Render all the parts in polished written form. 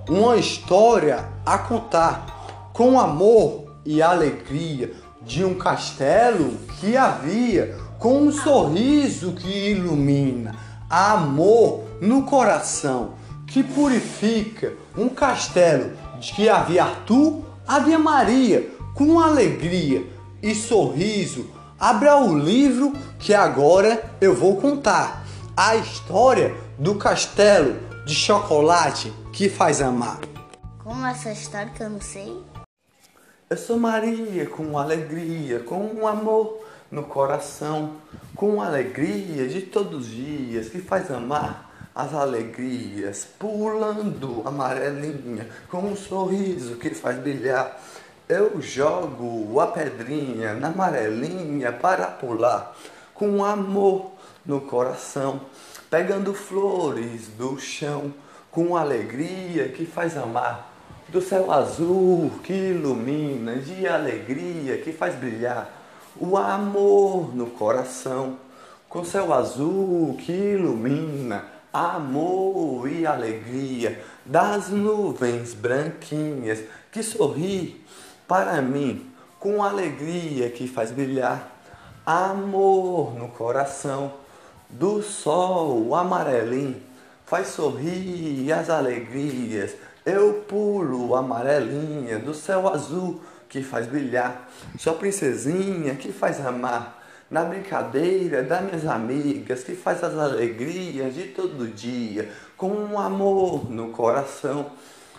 uma história a contar, com amor e alegria, de um castelo que havia, com um sorriso que ilumina, amor no coração, que purifica. Um castelo de que havia Arthur, havia Maria, com alegria e sorriso. Abra o livro que agora eu vou contar a história do castelo de chocolate que faz amar. Como essa história que eu não sei? Eu sou Maria, com alegria, com amor no coração, com alegria de todos os dias, que faz amar as alegrias, pulando amarelinha, com um sorriso que faz brilhar. Eu jogo a pedrinha na amarelinha para pular, com amor no coração, pegando flores do chão, com alegria que faz amar. Do céu azul que ilumina, de alegria que faz brilhar o amor no coração. Com céu azul que ilumina, amor e alegria, das nuvens branquinhas que sorri para mim, com alegria que faz brilhar amor no coração. Do sol amarelinho faz sorrir as alegrias. Eu pulo amarelinha do céu azul que faz brilhar. Sua princesinha que faz amar, na brincadeira das minhas amigas, que faz as alegrias de todo dia, com um amor no coração.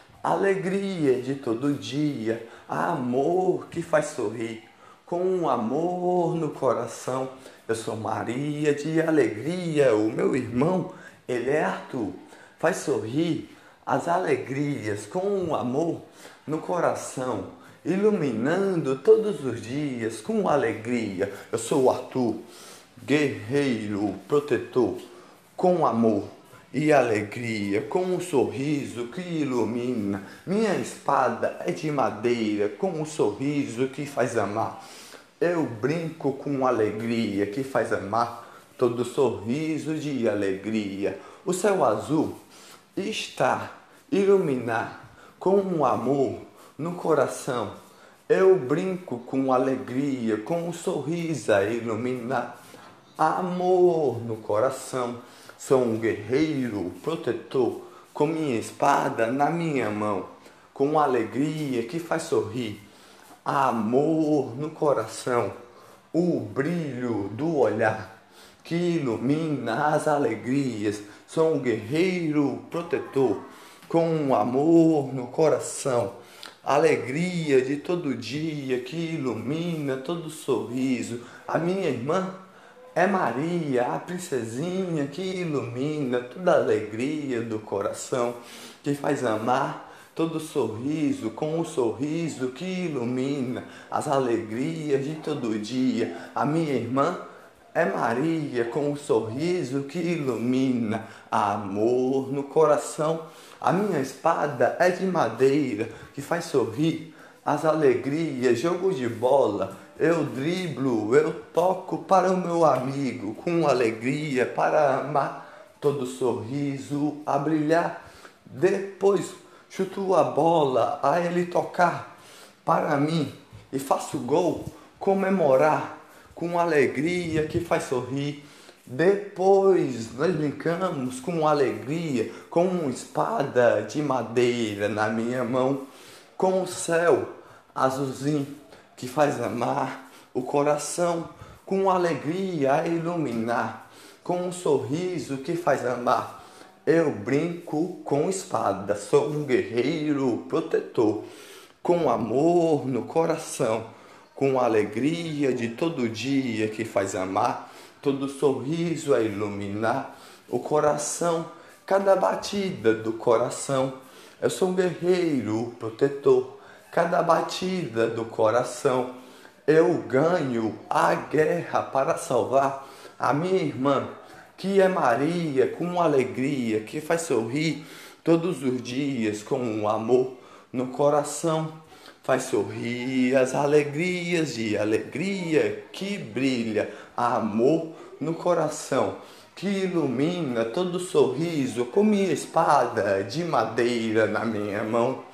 Alegria de todo dia, amor que faz sorrir, com um amor no coração. Eu sou Maria de alegria, o meu irmão, ele é Arthur, faz sorrir as alegrias com um amor no coração, iluminando todos os dias com alegria. Eu sou o Arthur, guerreiro, protetor, com amor e alegria, com um sorriso que ilumina. Minha espada é de madeira, com um sorriso que faz amar. Eu brinco com alegria que faz amar, todo sorriso de alegria. O céu azul está iluminar com um amor no coração. Eu brinco com alegria, com um sorriso a iluminar, amor no coração. Sou um guerreiro protetor, com minha espada na minha mão, com alegria que faz sorrir, amor no coração. O brilho do olhar que ilumina as alegrias. Sou um guerreiro protetor, com um amor no coração. Alegria de todo dia que ilumina todo sorriso. A minha irmã é Maria, a princesinha que ilumina toda a alegria do coração, que faz amar todo sorriso, com um sorriso que ilumina as alegrias de todo dia. A minha irmã é Maria, com um sorriso que ilumina amor no coração. A minha espada é de madeira, que faz sorrir as alegrias. Jogo de bola, eu driblo, eu toco para o meu amigo, com alegria para amar, todo sorriso a brilhar. Depois chuto a bola a ele tocar para mim e faço gol, comemorar com alegria que faz sorrir. Depois nós brincamos com alegria, com uma espada de madeira na minha mão, com o céu azulzinho que faz amar o coração, com alegria a iluminar, com um sorriso que faz amar. Eu brinco com espada, sou um guerreiro protetor, com amor no coração, com alegria de todo dia que faz amar, todo sorriso a iluminar o coração, cada batida do coração. Eu sou um guerreiro protetor, cada batida do coração. Eu ganho a guerra para salvar a minha irmã, que é Maria, com alegria que faz sorrir todos os dias, com um amor no coração. Faz sorrir as alegrias de alegria que brilha, amor no coração, que ilumina todo sorriso, com minha espada de madeira na minha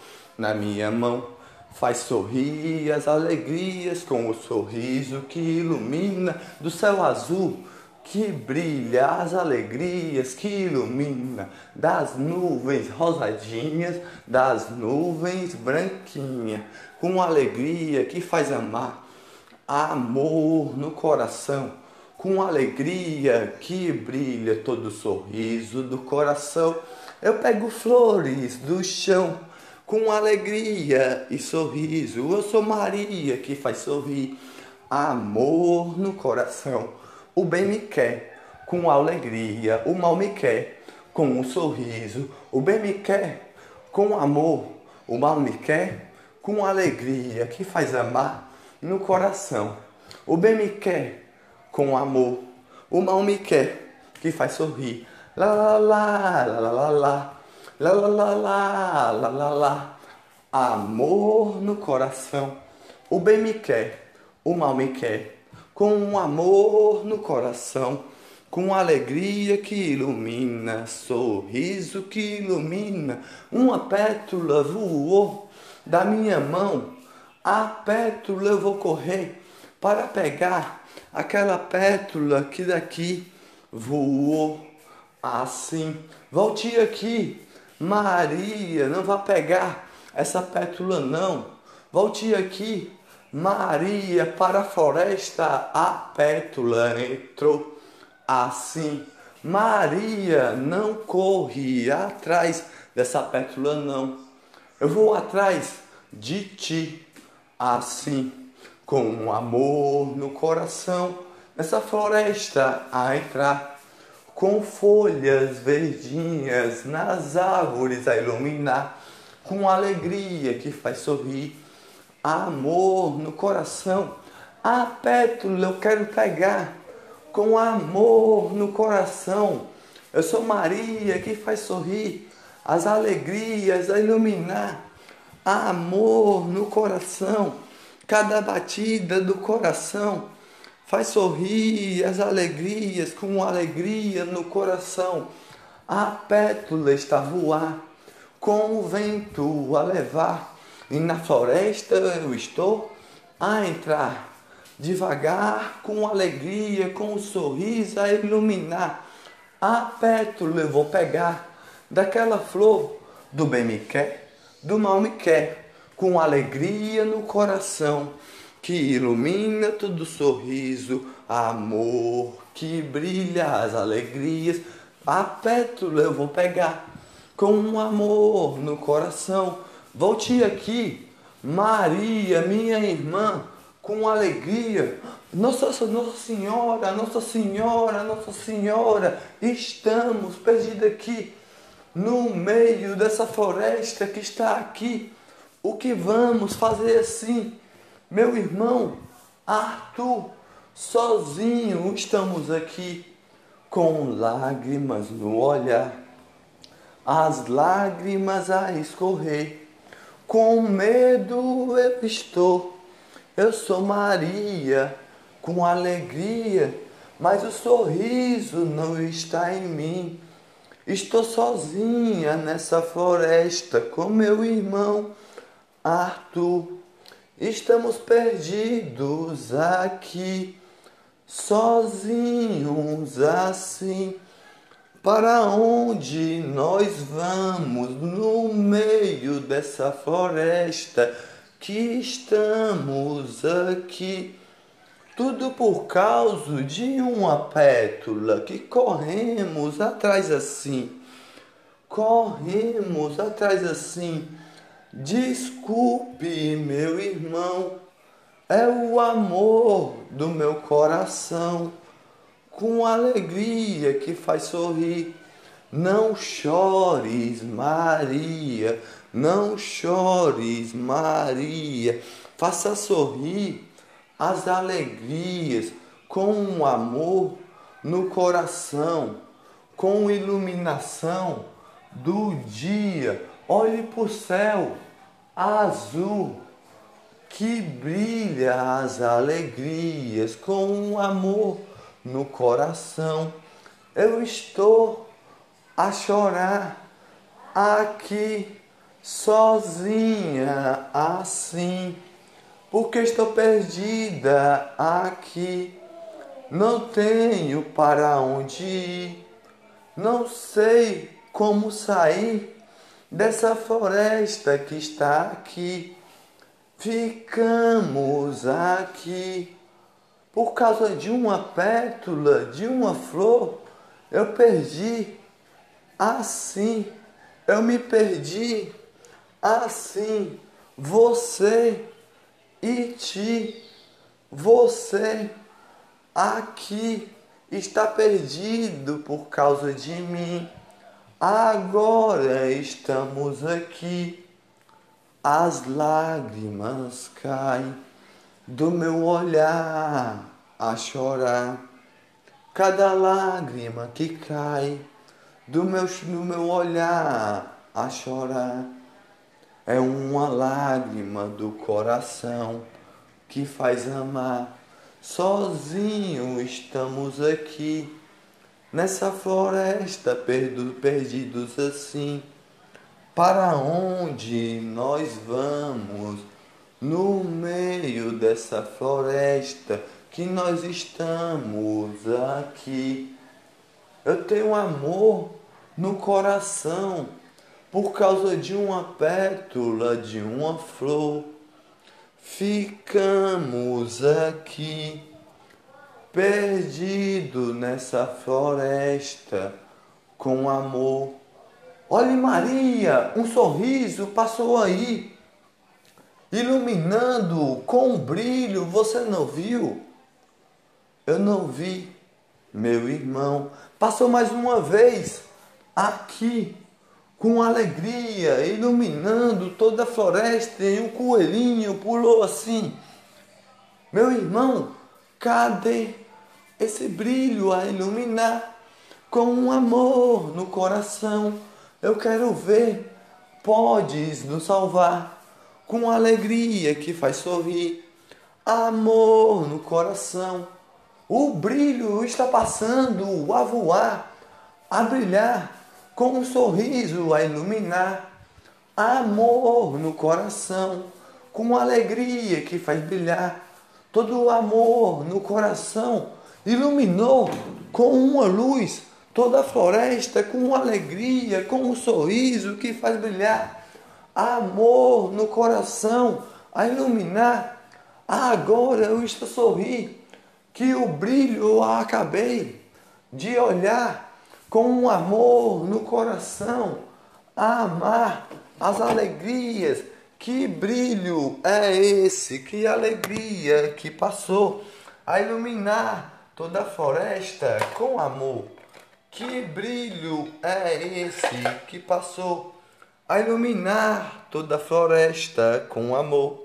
mão, faz sorrir as alegrias com o sorriso que ilumina do céu azul, que brilha as alegrias que ilumina das nuvens rosadinhas, das nuvens branquinhas, com alegria que faz amar, amor no coração, com alegria que brilha todo sorriso do coração. Eu pego flores do chão, com alegria e sorriso. Eu sou Maria que faz sorrir, amor no coração. O bem me quer, com alegria. O mal me quer, com um sorriso. O bem me quer, com amor. O mal me quer, com alegria que faz amar no coração. O bem me quer, com amor. O mal me quer, que faz sorrir. Lá, lá, lá, lá, lá, lá, lá. Lá, lá, lá, lá, lá, lá, lá. Amor no coração. O bem me quer, o mal me quer, com um amor no coração, com alegria que ilumina, sorriso que ilumina. Uma pétala voou da minha mão, a pétala eu vou correr para pegar aquela pétala que daqui voou assim. Volte aqui, Maria, não vá pegar essa pétala não. Volte aqui, Maria, para a floresta a pétala entrou assim. Maria, não corre atrás dessa pétala não. Eu vou atrás de ti assim, com um amor no coração, nessa floresta a entrar, com folhas verdinhas nas árvores a iluminar, com alegria que faz sorrir, amor no coração. A pétala eu quero pegar, com amor no coração. Eu sou Maria que faz sorrir, as alegrias a iluminar, amor no coração. Cada batida do coração faz sorrir as alegrias, com alegria no coração. A pétala está a voar, com o vento a levar, e na floresta eu estou a entrar, devagar, com alegria, com um sorriso a iluminar. A pétala eu vou pegar, daquela flor, do bem me quer, do mal me quer, com alegria no coração, que ilumina todo sorriso, amor que brilha as alegrias. A pétala eu vou pegar, com um amor no coração. Volte aqui, Maria, minha irmã, com alegria. Nossa Senhora, Nossa Senhora, Nossa Senhora, estamos perdidos aqui, no meio dessa floresta que está aqui. O que vamos fazer assim? Meu irmão, Arthur, sozinho estamos aqui, com lágrimas no olhar, as lágrimas a escorrer, com medo eu estou. Eu sou Maria, com alegria, mas o sorriso não está em mim. Estou sozinha nessa floresta com meu irmão Arthur. Estamos perdidos aqui, sozinhos assim. Para onde nós vamos no meio dessa floresta que estamos aqui? Tudo por causa de uma pétala que corremos atrás assim. Corremos atrás assim. Desculpe, meu irmão, é o amor do meu coração, com alegria que faz sorrir. Não chores, Maria, não chores, Maria. Faça sorrir as alegrias com um amor no coração, com iluminação do dia. Olhe para o céu azul que brilha as alegrias com um amor no coração. Eu estou a chorar aqui sozinha assim, porque estou perdida aqui. Não tenho para onde ir, não sei como sair dessa floresta que está aqui. Ficamos aqui por causa de uma pétala, de uma flor. Eu perdi assim, eu me perdi assim. Você e ti, você aqui está perdido por causa de mim. Agora estamos aqui. As lágrimas caem do meu olhar a chorar. Cada lágrima que cai do meu olhar a chorar é uma lágrima do coração que faz amar. Sozinho estamos aqui nessa floresta, perdidos assim. Para onde nós vamos no meio dessa floresta que nós estamos aqui? Eu tenho amor no coração por causa de uma pétala, de uma flor. Ficamos aqui, perdidos nessa floresta com amor. Olhe Maria, um sorriso passou aí, iluminando com um brilho, você não viu? Eu não vi, meu irmão. Passou mais uma vez aqui, com alegria, iluminando toda a floresta, e um coelhinho pulou assim. Meu irmão, cadê esse brilho a iluminar com um amor no coração? Eu quero ver, podes nos salvar com alegria que faz sorrir, amor no coração. O brilho está passando a voar, a brilhar, com um sorriso a iluminar, amor no coração, com alegria que faz brilhar. Todo o amor no coração iluminou com uma luz toda a floresta, com alegria, com um sorriso que faz brilhar. Amor no coração a iluminar. Agora eu estou a sorrir, que o brilho eu acabei de olhar, com um amor no coração a amar as alegrias. Que brilho é esse? Que alegria que passou a iluminar toda a floresta com amor. Que brilho é esse que passou a iluminar toda a floresta com amor.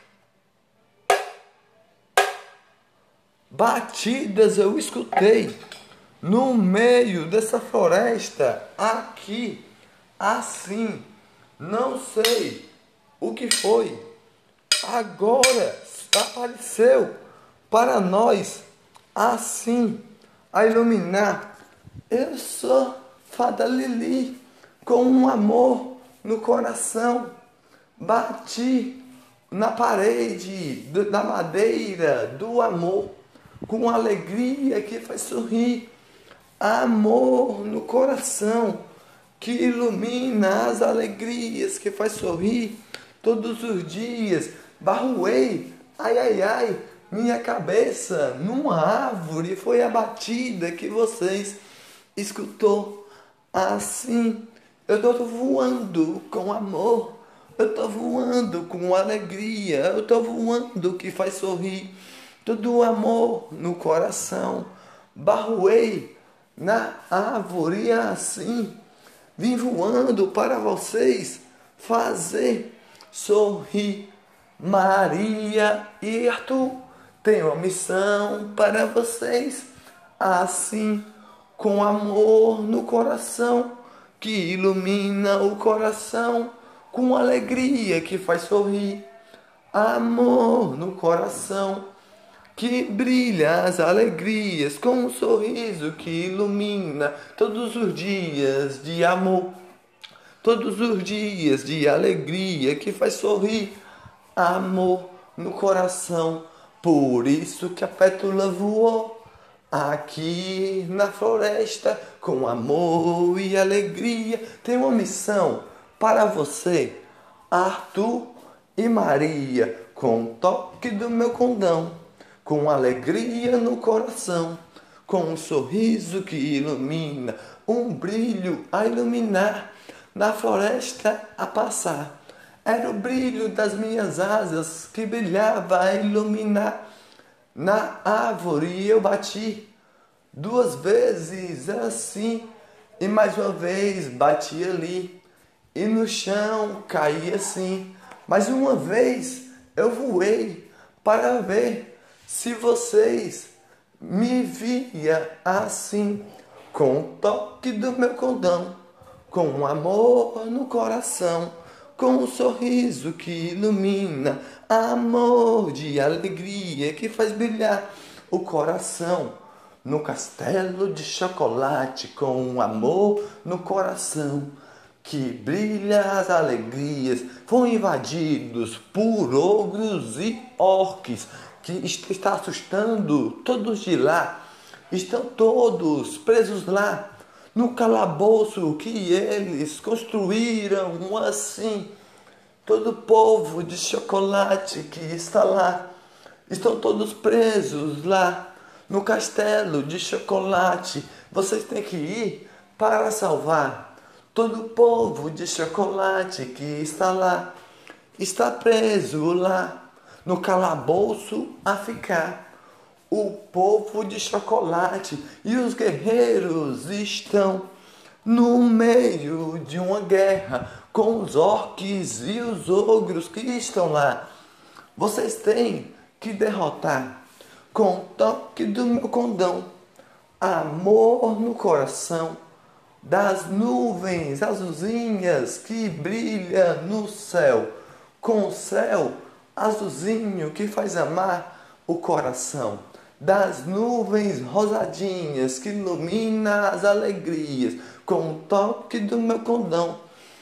Batidas eu escutei no meio dessa floresta aqui, assim, não sei o que foi. Agora apareceu para nós assim a iluminar. Eu sou Fada Lili, com um amor no coração. Bati na parede da madeira do amor, com alegria que faz sorrir. Amor no coração, que ilumina as alegrias, que faz sorrir todos os dias. Barruei, ai, ai, ai, minha cabeça numa árvore foi abatida que vocês escutou. Assim, eu estou voando com amor, eu estou voando com alegria, eu estou voando que faz sorrir todo o amor no coração. Barruei na árvore assim, vim voando para vocês fazer sorrir. Maria e Arthur, tenho uma missão para vocês, assim, com amor no coração, que ilumina o coração, com alegria que faz sorrir. Amor no coração, que brilha as alegrias com um sorriso que ilumina todos os dias de amor, todos os dias de alegria que faz sorrir amor no coração. Por isso que a pétula voou aqui na floresta com amor e alegria. Tem uma missão para você, Arthur e Maria, com o toque do meu condão, com alegria no coração, com um sorriso que ilumina, um brilho a iluminar, na floresta a passar. Era o brilho das minhas asas que brilhava a iluminar. Na árvore eu bati 2 vezes assim, e mais uma vez bati ali, e no chão caí assim. Mais uma vez eu voei para ver se vocês me via assim, com o toque do meu condão, com um amor no coração, com um sorriso que ilumina, amor de alegria que faz brilhar o coração. No castelo de chocolate, com um amor no coração, que brilha as alegrias, foram invadidos por ogros e orques, que está assustando todos de lá. Estão todos presos lá, no calabouço que eles construíram assim. Todo o povo de chocolate que está lá, estão todos presos lá, no castelo de chocolate. Vocês têm que ir para salvar todo o povo de chocolate que está lá, está preso lá, no calabouço a ficar. O povo de chocolate e os guerreiros estão no meio de uma guerra com os orques e os ogros que estão lá. Vocês têm que derrotar com o toque do meu condão, amor no coração, das nuvens azulzinhas que brilha no céu, com o céu azulzinho que faz amar o coração, das nuvens rosadinhas que ilumina as alegrias, com o toque do meu condão,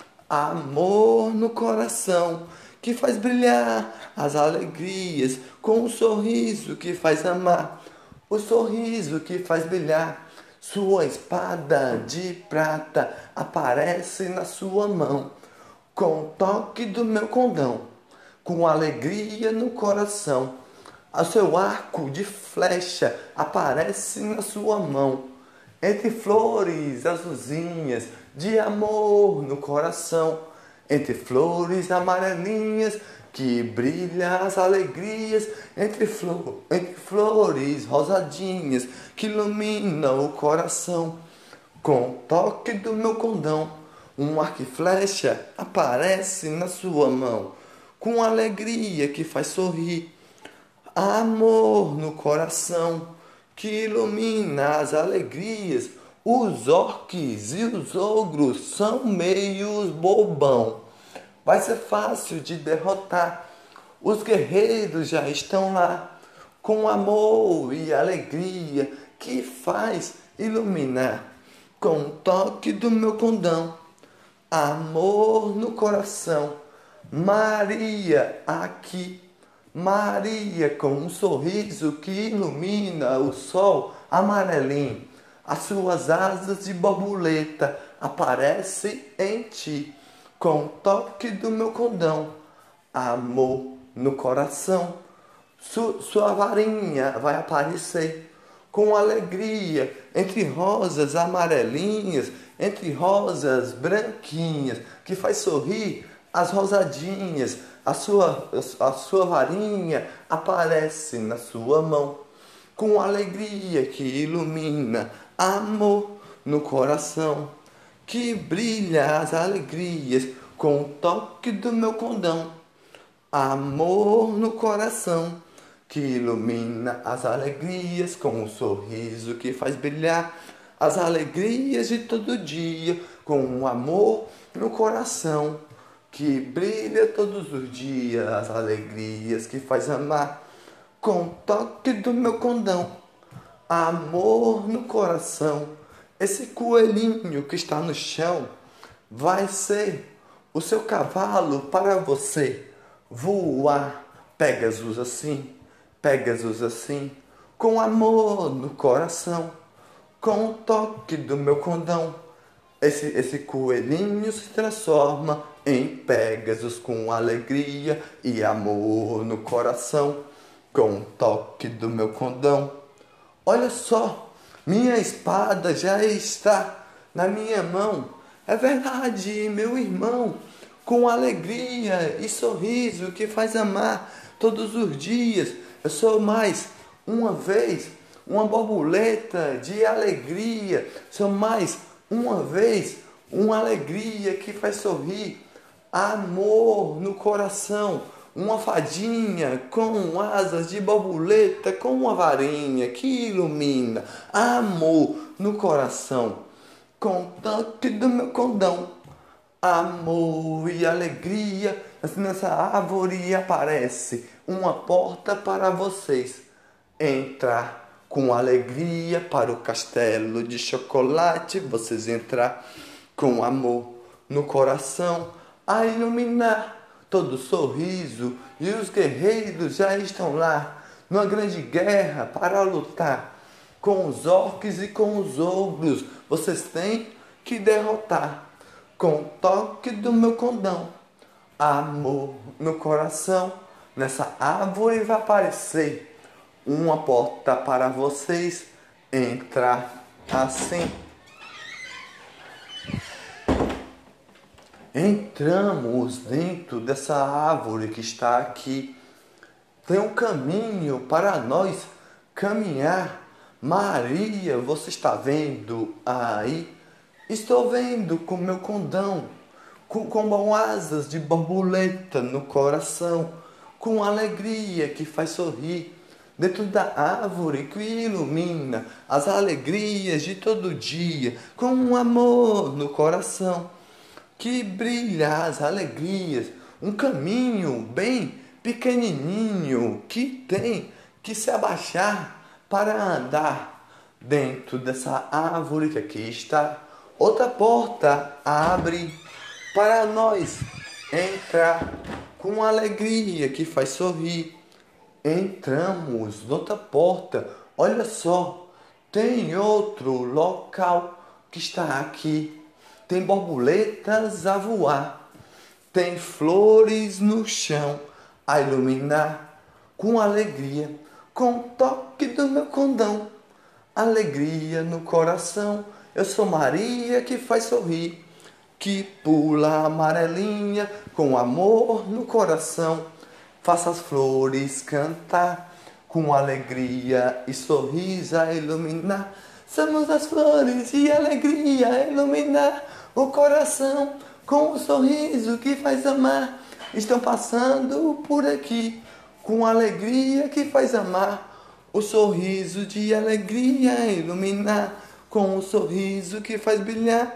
amor no coração que faz brilhar as alegrias, com um sorriso que faz amar, o sorriso que faz brilhar. Sua espada de prata aparece na sua mão, com o toque do meu condão, com alegria no coração. O seu arco de flecha aparece na sua mão, entre flores azulzinhas de amor no coração, entre flores amarelinhas que brilham as alegrias, entre flores rosadinhas que iluminam o coração. Com o toque do meu condão, um arco e flecha aparece na sua mão, com alegria que faz sorrir, amor no coração que ilumina as alegrias. Os orques e os ogros são meios bobão, vai ser fácil de derrotar. Os guerreiros já estão lá, com amor e alegria que faz iluminar, com o toque do meu condão, amor no coração. Maria aqui, Maria com um sorriso que ilumina o sol amarelinho. As suas asas de borboleta aparecem em ti, com o toque do meu condão, amor no coração. Sua varinha vai aparecer com alegria entre rosas amarelinhas, entre rosas branquinhas, que faz sorrir as rosadinhas. A sua varinha aparece na sua mão, com alegria que ilumina, amor no coração, que brilha as alegrias com o toque do meu condão, amor no coração, que ilumina as alegrias com um sorriso que faz brilhar as alegrias de todo dia, com um amor no coração, que brilha todos os dias, as alegrias que faz amar, com o toque do meu condão, amor no coração. Esse coelhinho que está no chão vai ser o seu cavalo para você voar. Pegasus assim, com amor no coração, com o toque do meu condão. Esse coelhinho se transforma em Pegasus com alegria e amor no coração, com o toque do meu condão. Olha só, minha espada já está na minha mão. É verdade, meu irmão, com alegria e sorriso que faz amar todos os dias. Eu sou mais uma vez uma borboleta de alegria. Sou mais uma vez uma alegria que faz sorrir, amor no coração. Uma fadinha com asas de borboleta, com uma varinha que ilumina, amor no coração, com o toque do meu condão. Amor e alegria, assim nessa árvore aparece uma porta para vocês entrar. Com alegria para o castelo de chocolate, vocês entrar com amor no coração, a iluminar todo sorriso, e os guerreiros já estão lá, numa grande guerra para lutar. Com os orques e com os ogros, vocês têm que derrotar. Com o toque do meu condão, amor no coração, nessa árvore vai aparecer uma porta para vocês entrar assim. Entramos dentro dessa árvore que está aqui. Tem um caminho para nós caminhar. Maria, você está vendo aí? Estou vendo com meu condão, com asas de borboleta no coração, com alegria que faz sorrir. Dentro da árvore que ilumina as alegrias de todo dia, com um amor no coração que brilha as alegrias, um caminho bem pequenininho que tem que se abaixar para andar dentro dessa árvore que aqui está. Outra porta abre para nós entrar com alegria que faz sorrir. Entramos noutra porta. Olha só, tem outro local que está aqui. Tem borboletas a voar, tem flores no chão a iluminar com alegria, com o toque do meu condão. Alegria no coração, eu sou Maria que faz sorrir, que pula amarelinha com amor no coração. Faça as flores cantar com alegria e sorriso a iluminar. Somos as flores e alegria a iluminar o coração com o sorriso que faz amar. Estão passando por aqui com alegria que faz amar. O sorriso de alegria a iluminar com o sorriso que faz brilhar.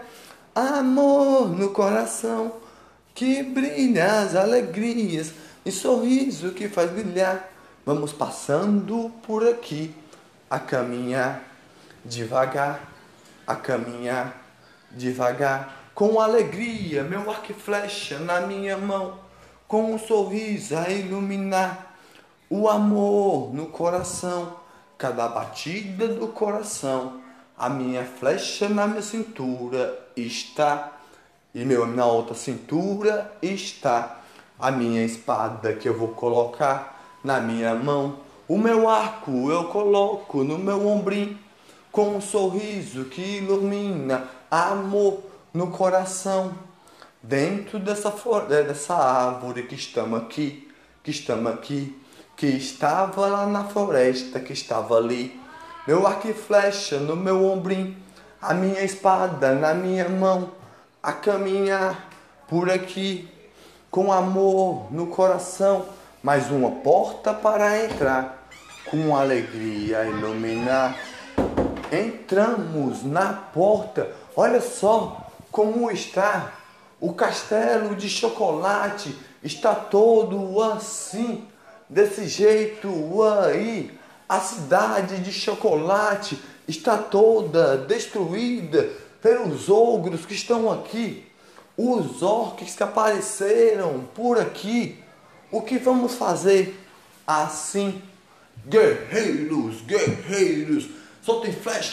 Amor no coração que brilha as alegrias e sorriso que faz brilhar. Vamos passando por aqui a caminhar devagar, a caminhar devagar, com alegria, meu arco e flecha na minha mão, com um sorriso a iluminar, o amor no coração, cada batida do coração, a minha flecha na minha cintura está, e na outra cintura está a minha espada que eu vou colocar na minha mão, o meu arco eu coloco no meu ombrinho, com um sorriso que ilumina, amor no coração. Dentro dessa árvore que estamos aqui, que estava lá na floresta, que estava ali. Meu arco e flecha no meu ombrinho, a minha espada na minha mão, a caminhar por aqui, com amor no coração. Mais uma porta para entrar, com alegria a iluminar. Entramos na porta, olha só como está o castelo de chocolate, está todo assim, desse jeito aí, a cidade de chocolate está toda destruída pelos ogros que estão aqui, os orcs que apareceram por aqui. O que vamos fazer? Assim, guerreiros, guerreiros, soltem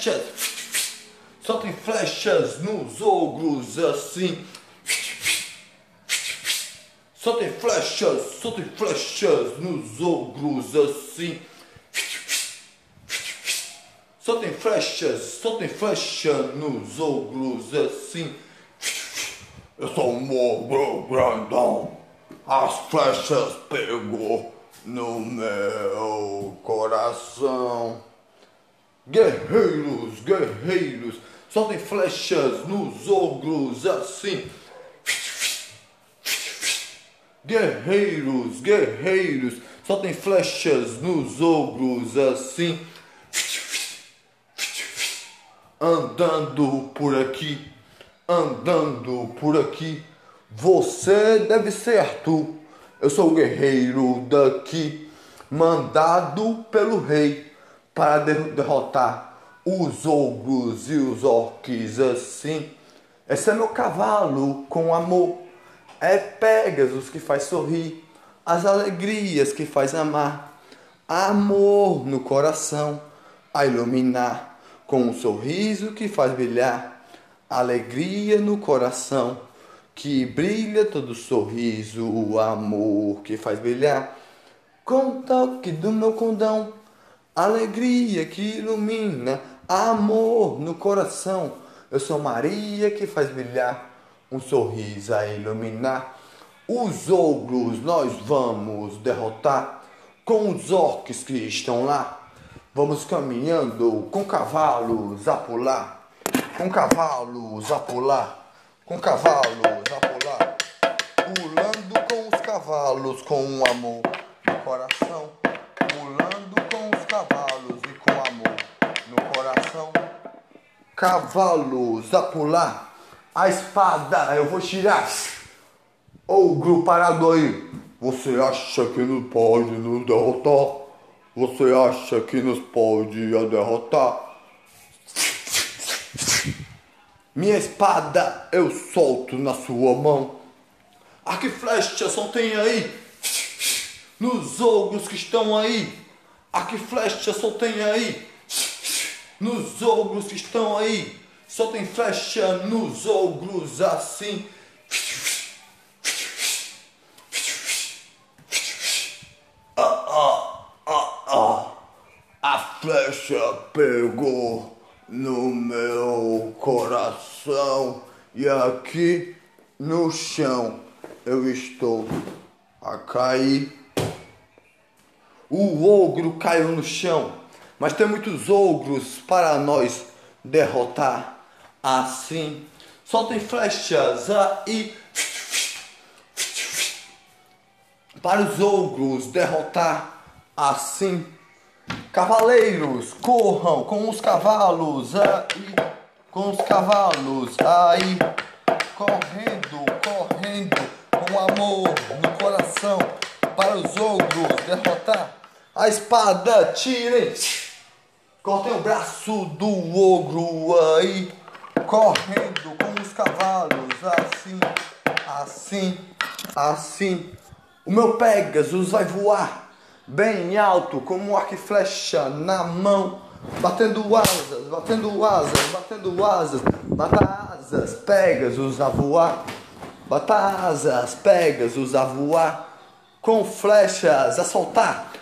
flechas nos ogros assim. Soltem flechas nos ogros assim. Soltem flechas nos ogros assim. Eu sou um ogro grandão. As flechas pegou no meu coração. Guerreiros, guerreiros, soltem flechas nos ogros assim. Guerreiros, guerreiros, soltem flechas nos ogros assim. Andando por aqui, você deve ser Arthur. Eu sou o guerreiro daqui, mandado pelo rei para derrotar os ogros e os orcs assim. Esse é meu cavalo com amor. É Pégasus que faz sorrir, as alegrias que faz amar, amor no coração a iluminar, com um sorriso que faz brilhar, alegria no coração que brilha todo sorriso, o amor que faz brilhar, com o toque do meu condão, alegria que ilumina, amor no coração. Eu sou Maria que faz brilhar, um sorriso a iluminar. Os ogros nós vamos derrotar, com os orcs que estão lá. Vamos caminhando com cavalos a pular, com cavalos a pular, com cavalos a pular, pulando com os cavalos com amor no coração, pulando com os cavalos e com amor no coração. Cavalos a pular, a espada eu vou tirar. Ogro parado aí, você acha que não pode nos derrotar? Você acha que nos pode derrotar? Minha espada eu solto na sua mão. Arco e flecha soltem aí nos ogros que estão aí. Arco e flecha soltem aí nos ogros que estão aí. Soltem flecha nos ogros assim. A flecha pegou no meu coração e aqui no chão eu estou a cair. O ogro caiu no chão, mas tem muitos ogros para nós derrotar. Assim, soltem flechas aí para os ogros derrotar. Assim, cavaleiros, corram com os cavalos aí, com os cavalos aí, correndo, correndo, com amor no coração, para os ogros derrotar. A espada tirem, cortem o braço do ogro aí, correndo com os cavalos assim, assim, assim. O meu Pégasus vai voar bem alto, como um arco e flecha na mão, batendo asas, batendo asas, batendo asas, bata asas, Pégasus a voar, bata asas, Pégasus a voar, com flechas a soltar,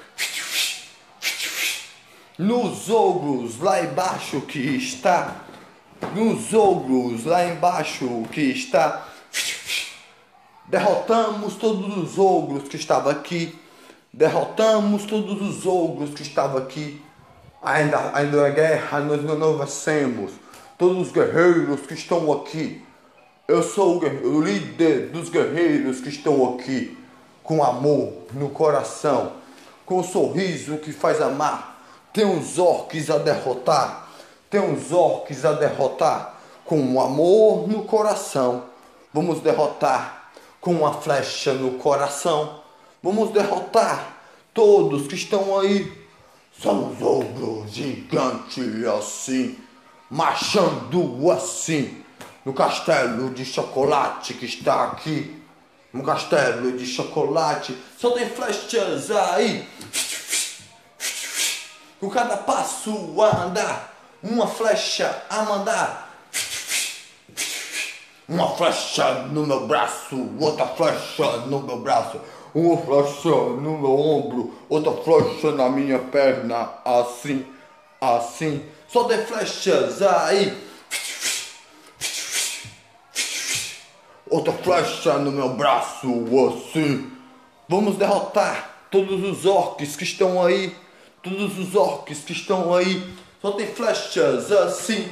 nos ogros lá embaixo que está, nos ogros lá embaixo que está. Derrotamos todos os ogros que estavam aqui. Derrotamos todos os ogros que estavam aqui. Ainda na guerra nós não vencemos. Todos os guerreiros que estão aqui. Eu sou o líder dos guerreiros que estão aqui. Com amor no coração. Com um sorriso que faz amar. Tem uns orcs a derrotar. Tem uns orcs a derrotar. Com um amor no coração. Vamos derrotar. Com uma flecha no coração, vamos derrotar todos que estão aí. Somos ogros gigantes assim, marchando assim, no castelo de chocolate que está aqui. No castelo de chocolate, só tem flechas aí. Com cada passo a andar, uma flecha a mandar. Uma flecha no meu braço, outra flecha no meu braço. Uma flecha no meu ombro, outra flecha na minha perna. Assim, assim, só tem flechas aí. Outra flecha no meu braço, assim. Vamos derrotar todos os orcs que estão aí. Todos os orcs que estão aí. Só tem flechas assim.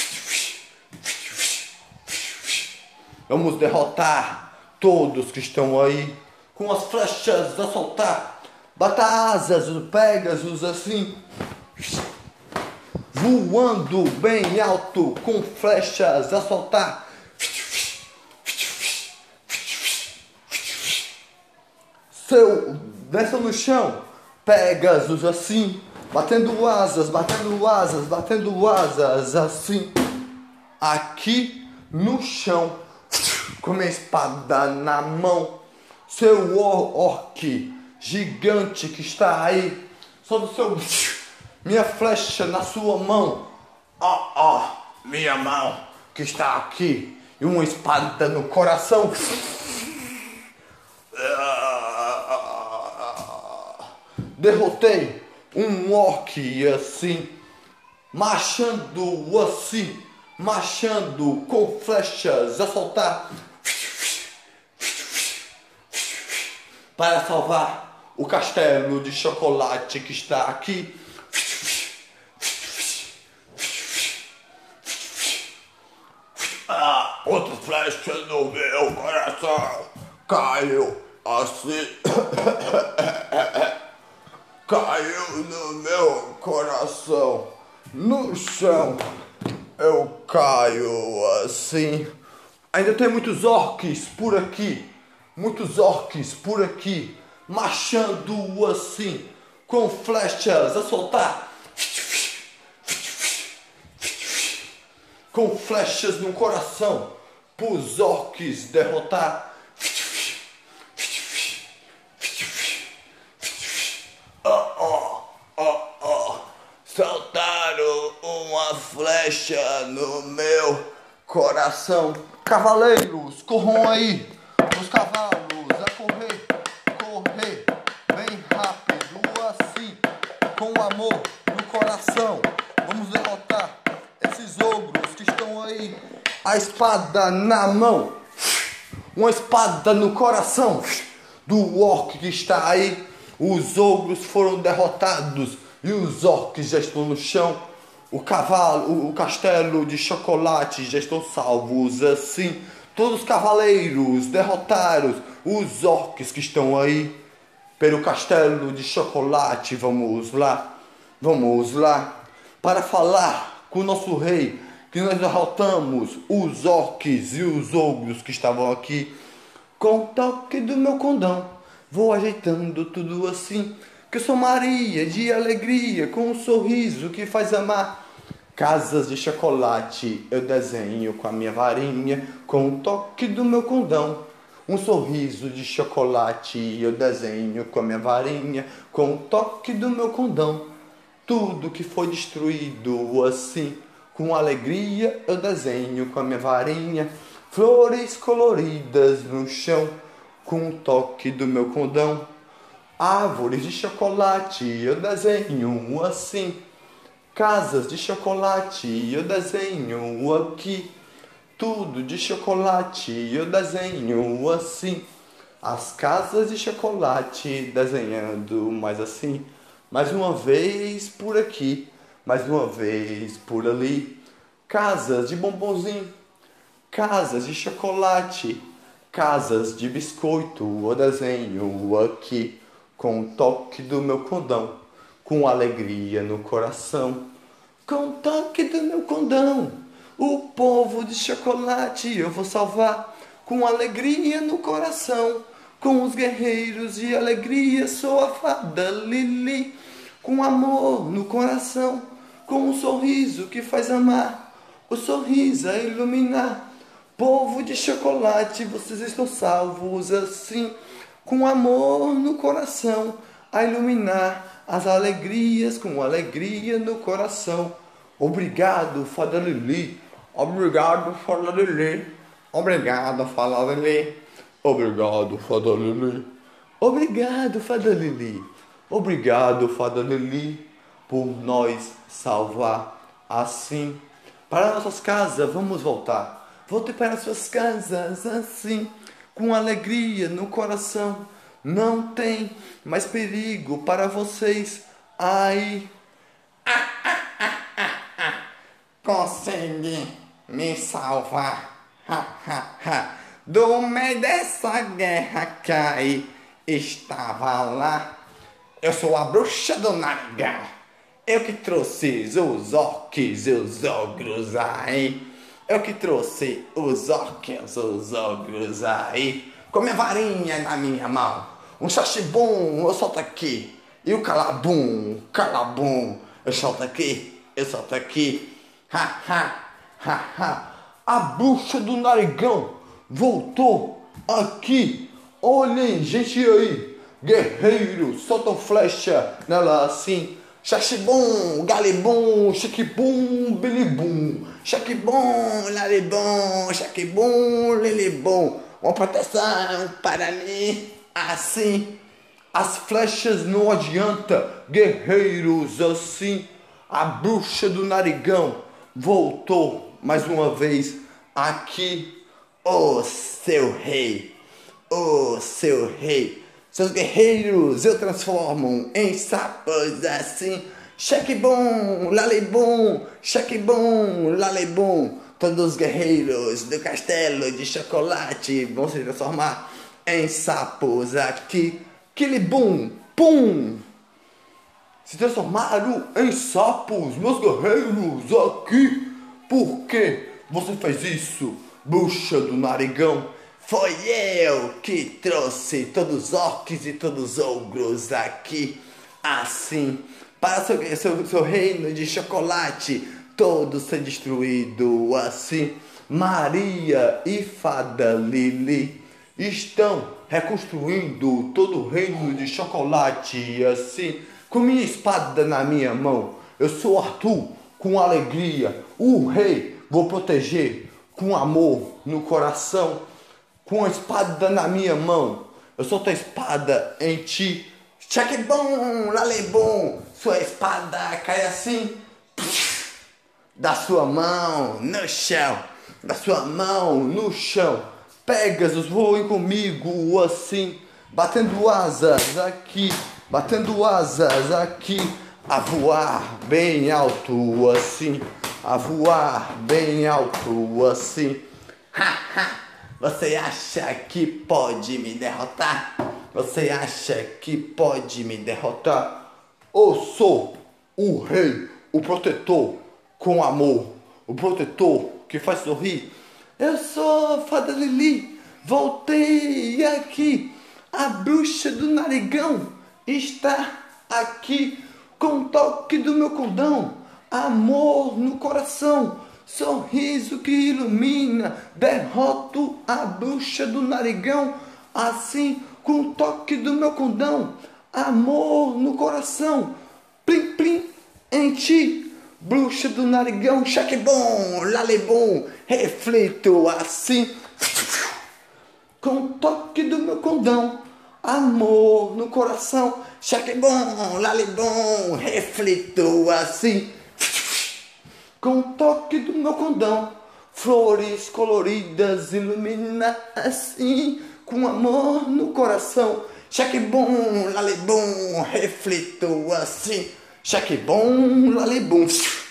Vamos derrotar todos que estão aí. Com as flechas a soltar. Bata asas do Pegasus assim. Voando bem alto. Com flechas a soltar. Desça no chão, Pegasus assim, batendo asas, batendo asas, batendo asas assim. Aqui no chão, com minha espada na mão, seu orc gigante que está aí, só do seu, minha flecha na sua mão, minha mão que está aqui, e uma espada no coração. Derrotei um orc assim, marchando assim, marchando com flechas a soltar, para salvar o castelo de chocolate que está aqui. Outra flecha no meu coração caiu assim. Caiu no meu coração, no chão, eu caio assim. Ainda tem muitos orcs por aqui, marchando assim, com flechas a soltar, com flechas no coração, pros orcs derrotar. Soltaram uma flecha no meu coração. Cavaleiros, corram aí. Os cavalos a correr, correr bem rápido assim, com amor no coração. Vamos derrotar esses ogros que estão aí. A espada na mão, uma espada no coração do orc que está aí. Os ogros foram derrotados e os orcs já estão no chão. O castelo de chocolate já estão salvos assim. Todos os cavaleiros derrotaram os orcs que estão aí. Pelo castelo de chocolate, vamos lá para falar com o nosso rei que nós derrotamos os orcs e os ogros que estavam aqui. Com o toque do meu condão, vou ajeitando tudo assim, que eu sou Maria de alegria, com um sorriso que faz amar. Casas de chocolate eu desenho com a minha varinha, com o toque do meu condão. Um sorriso de chocolate eu desenho com a minha varinha, com o toque do meu condão. Tudo que foi destruído assim, com alegria eu desenho com a minha varinha. Flores coloridas no chão, com o toque do meu condão. Árvores de chocolate eu desenho assim. Casas de chocolate eu desenho aqui. Tudo de chocolate eu desenho assim. As casas de chocolate desenhando mais assim. Mais uma vez por aqui, mais uma vez por ali. Casas de bombonzinho, casas de chocolate, casas de biscoito eu desenho aqui. Com o toque do meu condão, com alegria no coração. Com o toque do meu condão, o povo de chocolate eu vou salvar. Com alegria no coração, com os guerreiros de alegria. Sou a fada Lili, com amor no coração, com um sorriso que faz amar, o sorriso a iluminar. Povo de chocolate, vocês estão salvos assim, com amor no coração, a iluminar as alegrias, com alegria no coração. Obrigado, fada Lili. Obrigado, fada Lili. Obrigado, fada Lili. Obrigado, fada Lili. Obrigado, fada Lili. Obrigado, fada Lili, por nós salvar assim. Para nossas casas, vamos voltar. Volte para suas casas assim, com alegria no coração. Não tem mais perigo para vocês aí. Consegui me salvar, do meio dessa guerra que aí estava lá. Eu sou a bruxa do narigão, eu que trouxe os orques e os ogros aí. Eu que trouxe os orques, os ogros aí, com minha varinha na minha mão. Um xaxibum, eu solto aqui. E o calabum, calabum, eu solto aqui, eu solto aqui. Ha, ha, ha, ha. A bruxa do narigão voltou aqui. Olhem, gente aí. Guerreiros soltam flecha nela assim. Xaxibum, galibum, chiquibum, bilibum. Xaquibum, lalibum, xaquibum, lilibum. Uma proteção para mim, assim. As flechas não adianta, guerreiros assim. A bruxa do narigão voltou mais uma vez aqui. Oh, seu rei, oh, seu rei. Seus guerreiros eu transformo em sapos assim. Xaquibum, lalibum, xaquibum, lalibum. Todos os guerreiros do castelo de chocolate vão se transformar em sapos aqui. Quilibum, pum. Se transformaram em sapos, meus guerreiros aqui. Por que você fez isso, bruxa do narigão? Foi eu que trouxe todos os orques e todos os ogros aqui, assim, para seu reino de chocolate todo ser destruído, assim. Maria e fada Lili estão reconstruindo todo o reino de chocolate, assim, com minha espada na minha mão. Eu sou Arthur, com alegria, o rei, vou proteger com amor no coração. Com a espada na minha mão, eu solto a espada em ti. Xaquibum, lalebum, sua espada cai assim, da sua mão no chão, da sua mão no chão. Pegasus, voem comigo assim, batendo asas aqui, batendo asas aqui, a voar bem alto assim, a voar bem alto assim. Ha, ha. Você acha que pode me derrotar? Você acha que pode me derrotar? Eu sou o rei, o protetor com amor, o protetor que faz sorrir. Eu sou a fada Lili, voltei aqui. A bruxa do narigão está aqui com o toque do meu cordão. Amor no coração. Sorriso que ilumina, derroto a bruxa do narigão, assim com o toque do meu condão. Amor no coração, plim plim em ti, bruxa do narigão. Xaquibum, lalebum, reflito assim, com o toque do meu condão. Amor no coração, xaquibum, lalebum, reflito assim, com o toque do meu condão. Flores coloridas ilumina assim, com amor no coração. Xaquibum, lalebum, reflito assim. Xaquibum, lalebum,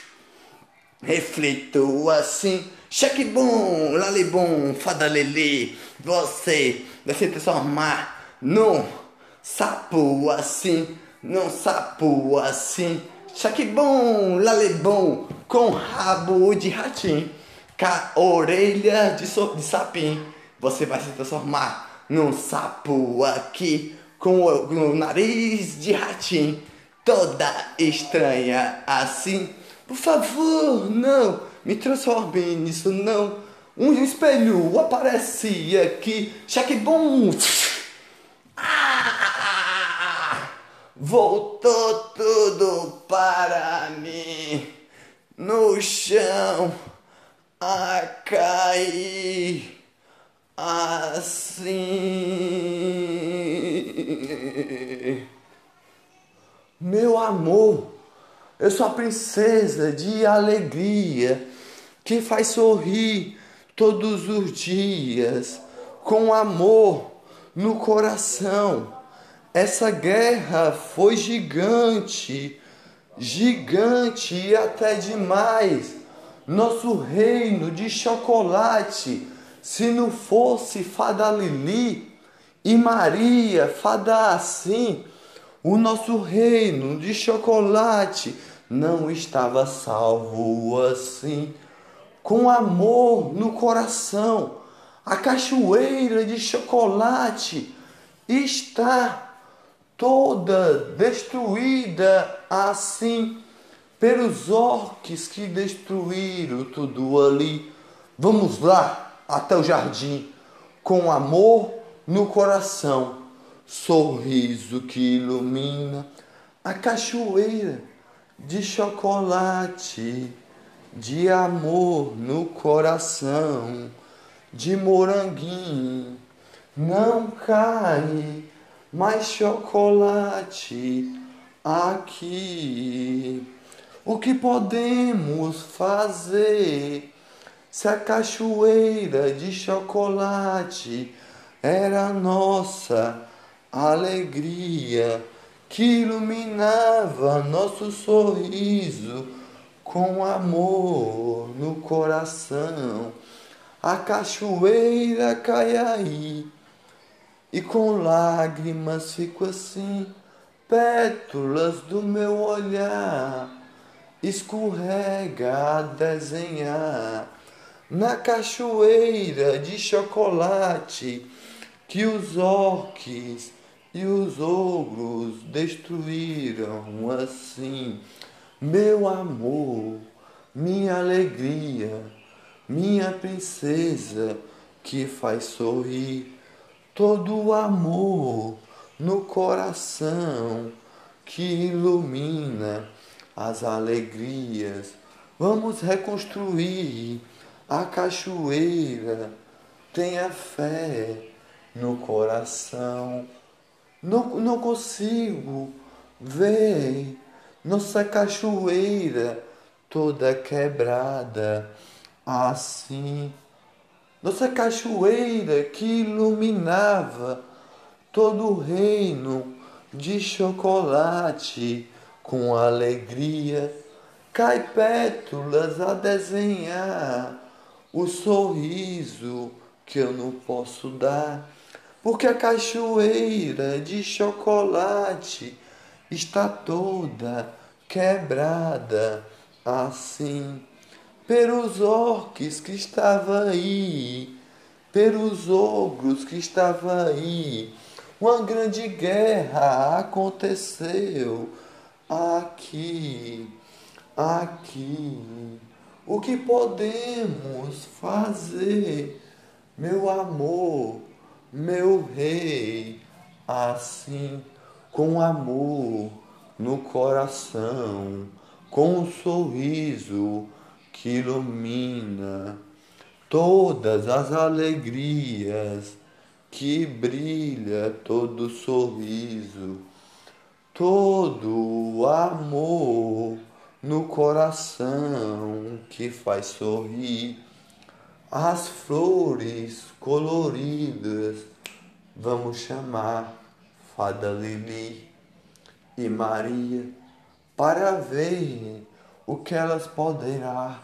reflito assim. Xaquibum, lalebum, fada Lili, você vai se transformar num sapo assim, num sapo assim. Xaquibum, lalebum, com rabo de ratinho, com a orelha de sapinho. Você vai se transformar num sapo aqui, com o nariz de ratinho, toda estranha assim. Por favor, não me transforme nisso não. Um espelho aparecia aqui, cheque bom. Ah! Voltou tudo para mim no chão a cair assim. Meu amor, eu sou a princesa de alegria que faz sorrir todos os dias com amor no coração. Essa guerra foi gigante, gigante e até demais. Nosso reino de chocolate, se não fosse Fada Lili e Maria, Fada assim, o nosso reino de chocolate não estava salvo assim. Com amor no coração, a cachoeira de chocolate está toda destruída assim pelos orques que destruíram tudo ali. Vamos lá até o jardim com amor no coração, sorriso que ilumina a cachoeira de chocolate, de amor no coração, de moranguinho não cai mais chocolate aqui. O que podemos fazer se a cachoeira de chocolate era a nossa alegria que iluminava nosso sorriso com amor no coração? A cachoeira cai aí e com lágrimas fico assim, pétalas do meu olhar escorrega a desenhar na cachoeira de chocolate que os orques e os ogros destruíram assim. Meu amor, minha alegria, minha princesa que faz sorrir todo o amor no coração que ilumina as alegrias. Vamos reconstruir a cachoeira. Tenha fé no coração. Não consigo ver nossa cachoeira toda quebrada assim. Nossa cachoeira que iluminava todo o reino de chocolate com alegria, cai pétalas a desenhar o sorriso que eu não posso dar, porque a cachoeira de chocolate está toda quebrada assim. Pelos orques que estavam aí, pelos ogros que estavam aí, uma grande guerra aconteceu aqui, aqui. O que podemos fazer, meu amor, meu rei, assim, com amor no coração, com um sorriso que ilumina todas as alegrias, que brilha todo sorriso, todo o amor no coração que faz sorrir as flores coloridas. Vamos chamar Fada Lili e Maria para ver o que elas poderão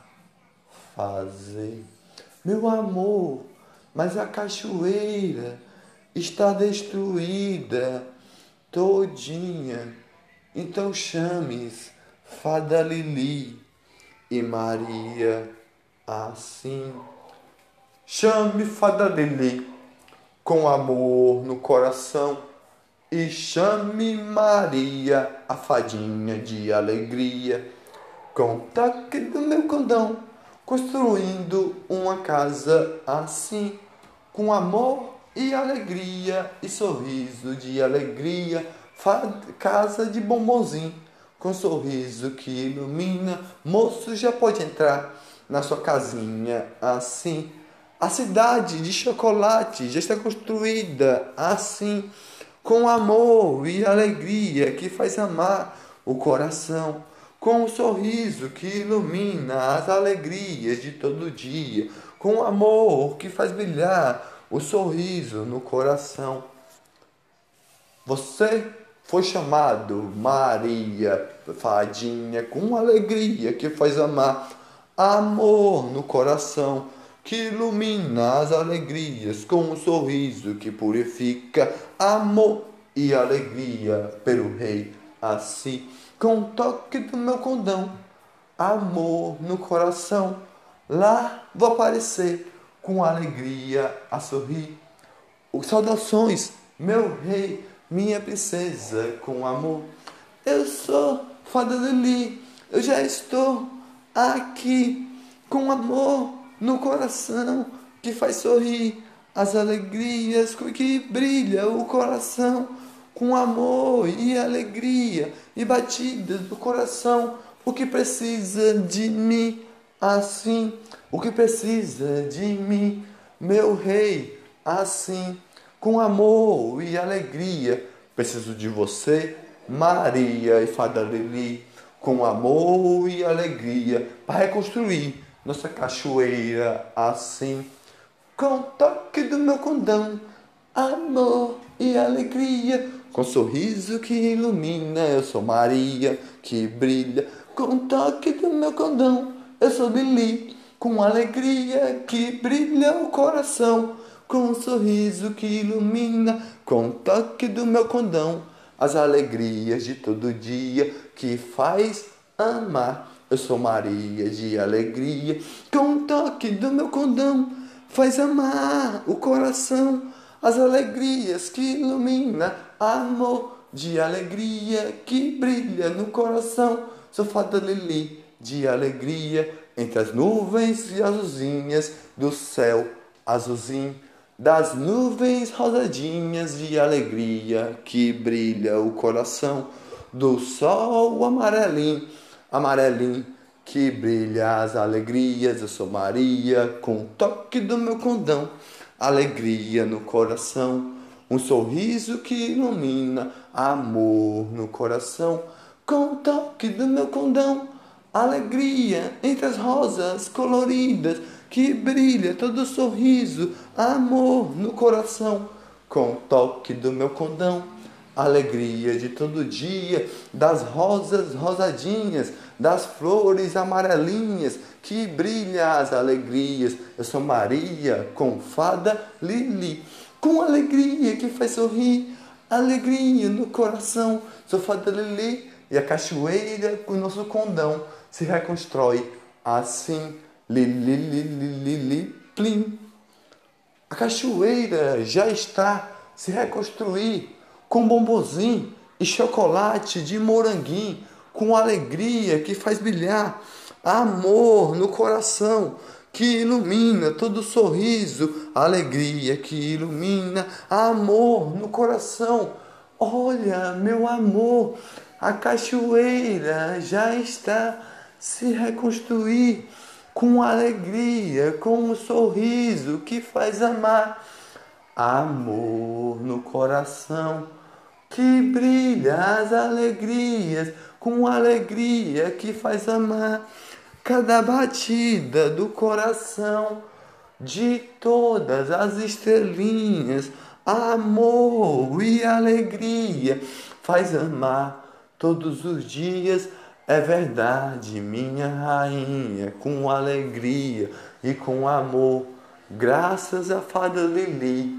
fazer. Meu amor, mas a cachoeira está destruída todinha. Então chames Fada Lili e Maria assim. Chame Fada Lili com amor no coração. E chame Maria, a fadinha de alegria, com o toque do meu condão, construindo uma casa assim, com amor e alegria e sorriso de alegria, casa de bombonzinho, com sorriso que ilumina. Moço, já pode entrar na sua casinha assim. A cidade de chocolate já está construída assim, com amor e alegria que faz amar o coração, com um sorriso que ilumina as alegrias de todo dia, com amor que faz brilhar o sorriso no coração. Você foi chamado Maria, fadinha, com alegria que faz amar, amor no coração, que ilumina as alegrias, com um sorriso que purifica, amor e alegria pelo rei assim, com o toque do meu condão, amor no coração. Lá vou aparecer com alegria a sorrir. Saudações, meu rei, minha princesa, com amor. Eu sou fada Lili, eu já estou aqui, com amor no coração, que faz sorrir as alegrias, com que brilha o coração, com amor e alegria e batidas do coração. O que precisa de mim assim, o que precisa de mim, meu rei, assim, com amor e alegria. Preciso de você, Maria e fada Lili, com amor e alegria, para reconstruir nossa cachoeira assim, com o toque do meu condão, amor e alegria, com sorriso que ilumina. Eu sou Maria que brilha, com o toque do meu condão. Eu sou Lili, com alegria que brilha o coração, com um sorriso que ilumina, com o toque do meu condão, as alegrias de todo dia que faz amar. Eu sou Maria de alegria, com o toque do meu condão, faz amar o coração, as alegrias que ilumina, amor de alegria que brilha no coração. Sou fada Lili de alegria, entre as nuvens e azulzinhas do céu azulzinho, das nuvens rosadinhas de alegria que brilha o coração, do sol amarelinho, amarelinho que brilha as alegrias. Eu sou Maria, com o toque do meu condão, alegria no coração, um sorriso que ilumina, amor no coração, com o toque do meu condão, alegria entre as rosas coloridas que brilha todo sorriso, amor no coração, com o toque do meu condão, alegria de todo dia, das rosas rosadinhas, das flores amarelinhas que brilha as alegrias. Eu sou Maria, com fada Lili, com alegria que faz sorrir, alegria no coração. Sou fada Lili e a cachoeira com o nosso condão se reconstrói assim, Lili, Lili, Lili, plim. A cachoeira já está se reconstruir, com bombonzinho e chocolate de moranguinho, com alegria que faz brilhar, amor no coração, que ilumina todo sorriso, alegria que ilumina, amor no coração. Olha, meu amor, a cachoeira já está se reconstruir, com alegria, com um sorriso que faz amar, amor no coração, que brilha as alegrias, com alegria que faz amar, cada batida do coração de todas as estrelinhas, amor e alegria faz amar todos os dias. É verdade, minha rainha, com alegria e com amor, graças à fada Lili,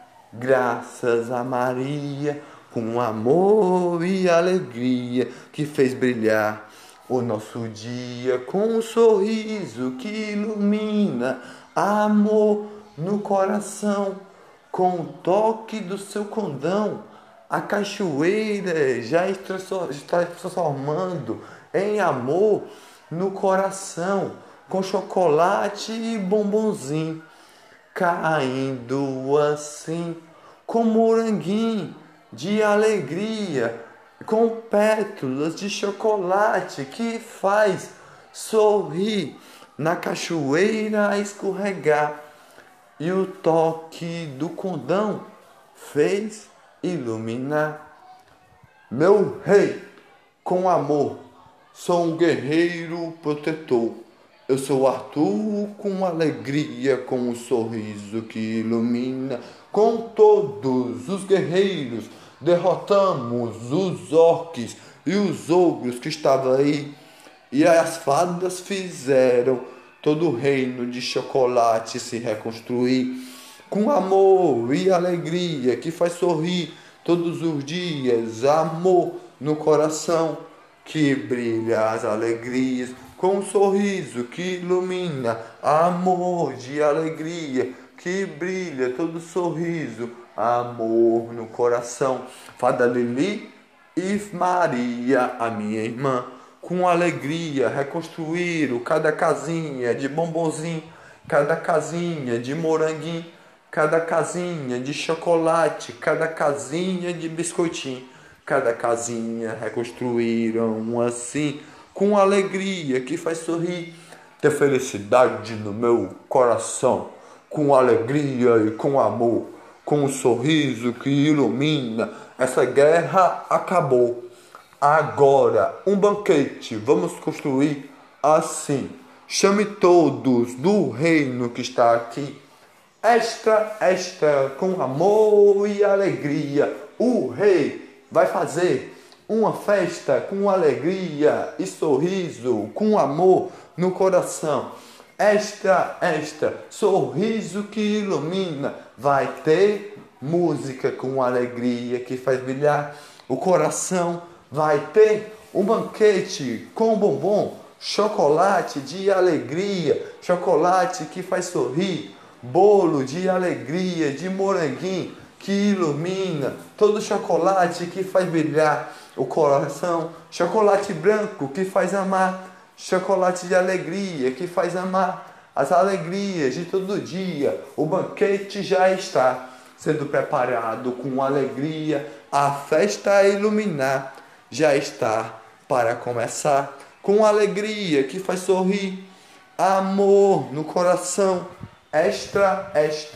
graças a Maria, com amor e alegria que fez brilhar o nosso dia, com um sorriso que ilumina, amor no coração, com o toque do seu condão. A cachoeira já está transformando em amor no coração, com chocolate e bombonzinho, caindo assim, com moranguinho de alegria, com pétalas de chocolate que faz sorrir na cachoeira a escorregar. E o toque do condão fez iluminar. Meu rei, com amor, sou um guerreiro protetor. Eu sou Arthur com alegria, com um sorriso que ilumina. Com todos os guerreiros derrotamos os orques e os ogros que estavam aí. E as fadas fizeram todo o reino de chocolate se reconstruir. Com amor e alegria que faz sorrir todos os dias. Amor no coração que brilha as alegrias. Com um sorriso que ilumina. Amor de alegria que brilha todo sorriso. Amor no coração. Fada Lili e Maria, a minha irmã, com alegria reconstruíram cada casinha de bombonzinho, cada casinha de moranguinho, cada casinha de chocolate, cada casinha de biscoitinho, cada casinha reconstruíram assim, com alegria que faz sorrir, ter felicidade no meu coração, com alegria e com amor, com um sorriso que ilumina. Essa guerra acabou. Agora, um banquete vamos construir assim. Chame todos do reino que está aqui. Esta, com amor e alegria. O rei vai fazer uma festa com alegria e sorriso, com amor no coração. Esta, sorriso que ilumina. Vai ter música com alegria que faz brilhar o coração. Vai ter um banquete com bombom, chocolate de alegria, chocolate que faz sorrir, bolo de alegria, de moranguinho que ilumina, todo chocolate que faz brilhar o coração, chocolate branco que faz amar, chocolate de alegria que faz amar, as alegrias de todo dia. O banquete já está sendo preparado com alegria, a festa a iluminar. Já está para começar, com alegria que faz sorrir, amor no coração. Esta,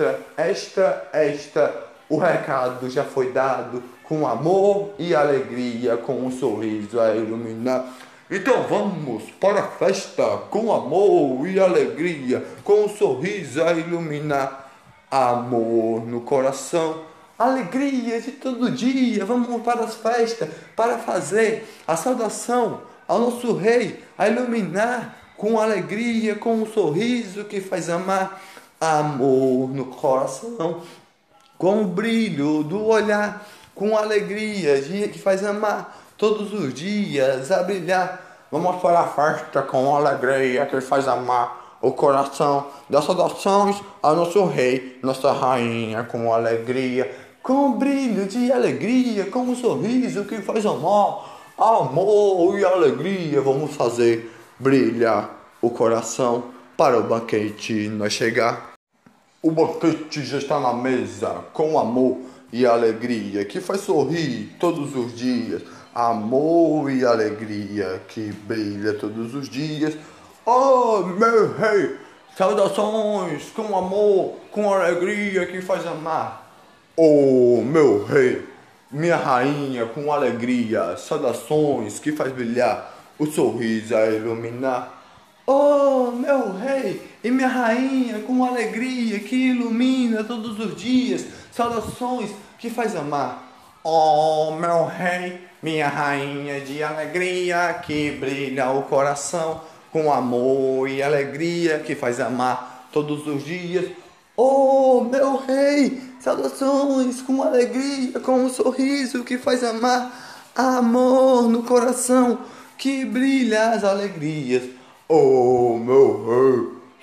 o recado já foi dado, com amor e alegria, com um sorriso a iluminar. Então vamos para a festa, com amor e alegria, com um sorriso a iluminar. Amor no coração. Alegria de todo dia, vamos para as festas, para fazer a saudação ao nosso rei, a iluminar com alegria, com um sorriso que faz amar, amor no coração, com o brilho do olhar, com alegria que faz amar, todos os dias a brilhar. Vamos para a festa com alegria que faz amar o coração, das saudações ao nosso rei, nossa rainha, com alegria, com brilho de alegria, com um sorriso que faz amar, amor e alegria. Vamos fazer brilhar o coração para o banquete nós chegar. O banquete já está na mesa, com amor e alegria, que faz sorrir todos os dias. Amor e alegria que brilha todos os dias. Oh, meu rei, saudações com amor, com alegria que faz amar. Oh, meu rei, minha rainha, com alegria, saudações que faz brilhar o sorriso a iluminar. Oh, meu rei e minha rainha, com alegria que ilumina todos os dias, saudações que faz amar. Oh, meu rei, minha rainha de alegria que brilha o coração, com amor e alegria que faz amar todos os dias. Oh, meu rei, saudações com alegria, com um sorriso que faz amar, amor no coração que brilha as alegrias. Oh, meu rei,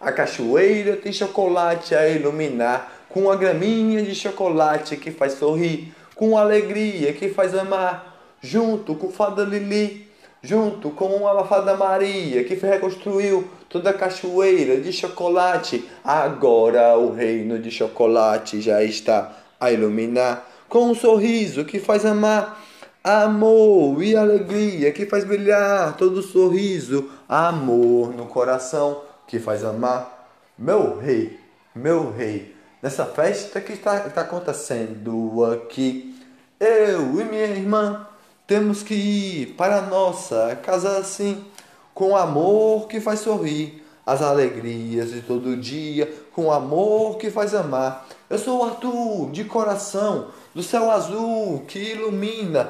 A cachoeira tem chocolate a iluminar, com a graminha de chocolate que faz sorrir, com alegria que faz amar, junto com Fada Lili, junto com a Fada Maria, que reconstruiu toda a cachoeira de chocolate. Agora o reino de chocolate já está a iluminar, com um sorriso que faz amar, amor e alegria que faz brilhar todo sorriso, amor no coração que faz amar. Meu rei, nessa festa que está acontecendo aqui, eu e minha irmã temos que ir para a nossa casa assim, com amor que faz sorrir, as alegrias de todo dia, com amor que faz amar. Eu sou o Arthur, de coração, do céu azul que ilumina,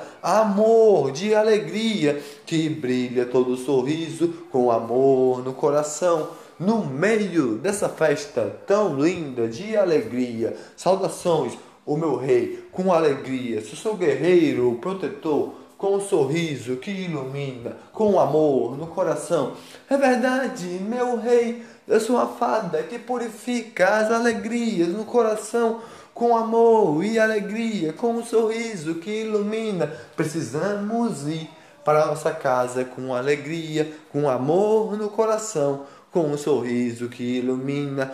amor de alegria que brilha todo sorriso, com amor no coração. No meio dessa festa tão linda de alegria, saudações, o meu rei, com alegria. Se eu sou guerreiro, protetor, com um sorriso que ilumina, com amor no coração. É verdade, meu rei, eu sou a fada que purifica as alegrias no coração, com amor e alegria, com um sorriso que ilumina. Precisamos ir para a nossa casa com alegria, com amor no coração, com um sorriso que ilumina,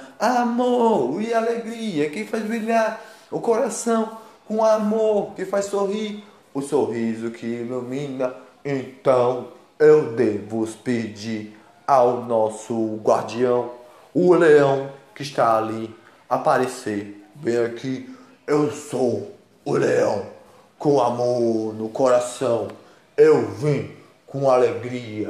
amor e alegria que faz brilhar o coração, com amor que faz sorrir, o sorriso que ilumina. Então eu devo pedir ao nosso guardião, o leão que está ali, aparecer. Vem aqui, eu sou o leão, com amor no coração. Eu vim com alegria,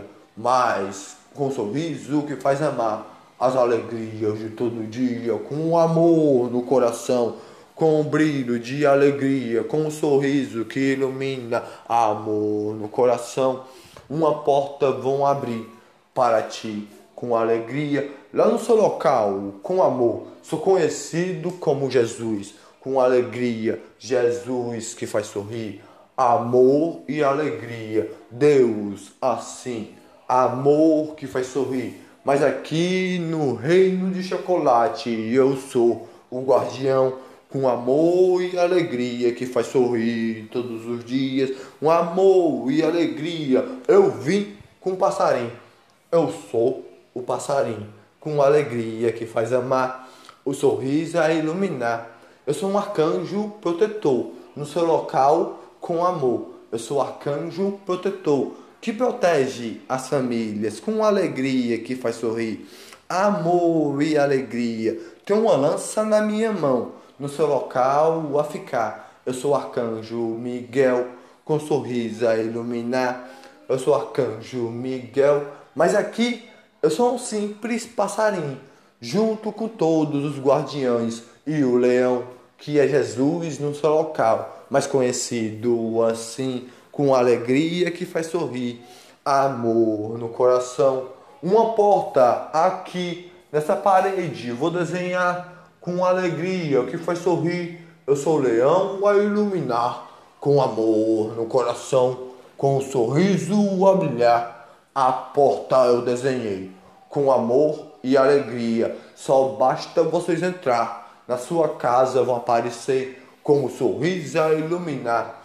mas com um sorriso que faz amar, as alegrias de todo dia, com amor no coração, com um brilho de alegria, com um sorriso que ilumina, amor no coração. Uma porta vão abrir para ti, com alegria, lá no seu local, com amor. Sou conhecido como Jesus, com alegria, Jesus que faz sorrir, amor e alegria. Deus assim, amor que faz sorrir. Mas aqui no reino de chocolate eu sou o guardião, com amor e alegria que faz sorrir todos os dias. Um amor e alegria. Eu vim com o passarinho. Eu sou o passarinho, com alegria que faz amar, o sorriso a iluminar. Eu sou um arcanjo protetor, no seu local com amor. Eu sou arcanjo protetor, que protege as famílias, com alegria que faz sorrir, amor e alegria. Tenho uma lança na minha mão, no seu local a ficar. Eu sou arcanjo Miguel, com sorriso a iluminar. Eu sou arcanjo Miguel, mas aqui eu sou um simples passarinho, junto com todos os guardiões e o leão, que é Jesus no seu local, mas conhecido assim, com alegria que faz sorrir, amor no coração. Uma porta aqui nessa parede vou desenhar, com alegria que faz sorrir. Eu sou o leão a iluminar, com amor no coração, com um sorriso a brilhar. A porta eu desenhei, com amor e alegria. Só basta vocês entrar, na sua casa vão aparecer, com um sorriso a iluminar,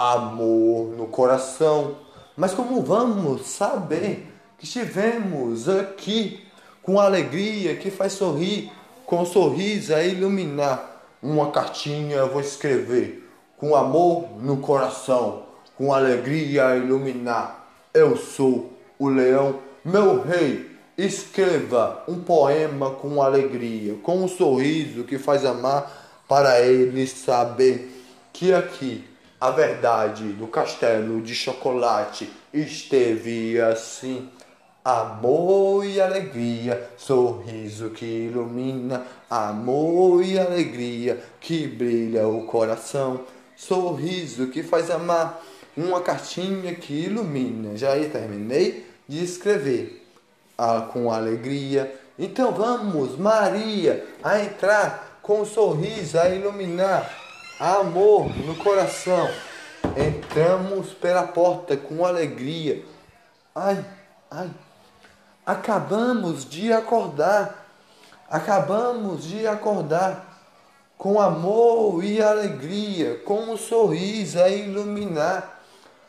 amor no coração. Mas como vamos saber que estivemos aqui, com alegria que faz sorrir, com um sorriso a iluminar? Uma cartinha eu vou escrever, com amor no coração, com alegria a iluminar. Eu sou o leão, meu rei. Escreva um poema com alegria, com um sorriso que faz amar, para eles saber que aqui a verdade do castelo de chocolate esteve assim. Amor e alegria, sorriso que ilumina, amor e alegria que brilha o coração, sorriso que faz amar, uma cartinha que ilumina. Já terminei de escrever com alegria. Então vamos, Maria, a entrar com um sorriso a iluminar, amor no coração. Entramos pela porta com alegria. Ai, ai, acabamos de acordar. Acabamos de acordar com amor e alegria, com um sorriso a iluminar,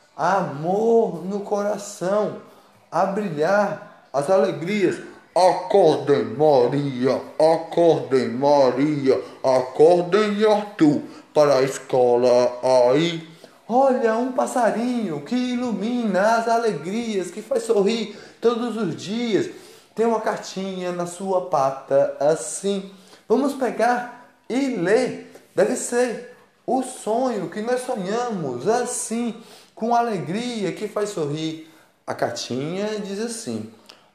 amor no coração, a brilhar as alegrias. Acordem Maria, acordem Maria, acordem Arthur para a escola aí. Olha, um passarinho que ilumina as alegrias, que faz sorrir todos os dias. Tem uma cartinha na sua pata assim. Vamos pegar e ler. Deve ser o sonho que nós sonhamos assim, com alegria que faz sorrir. A cartinha diz assim: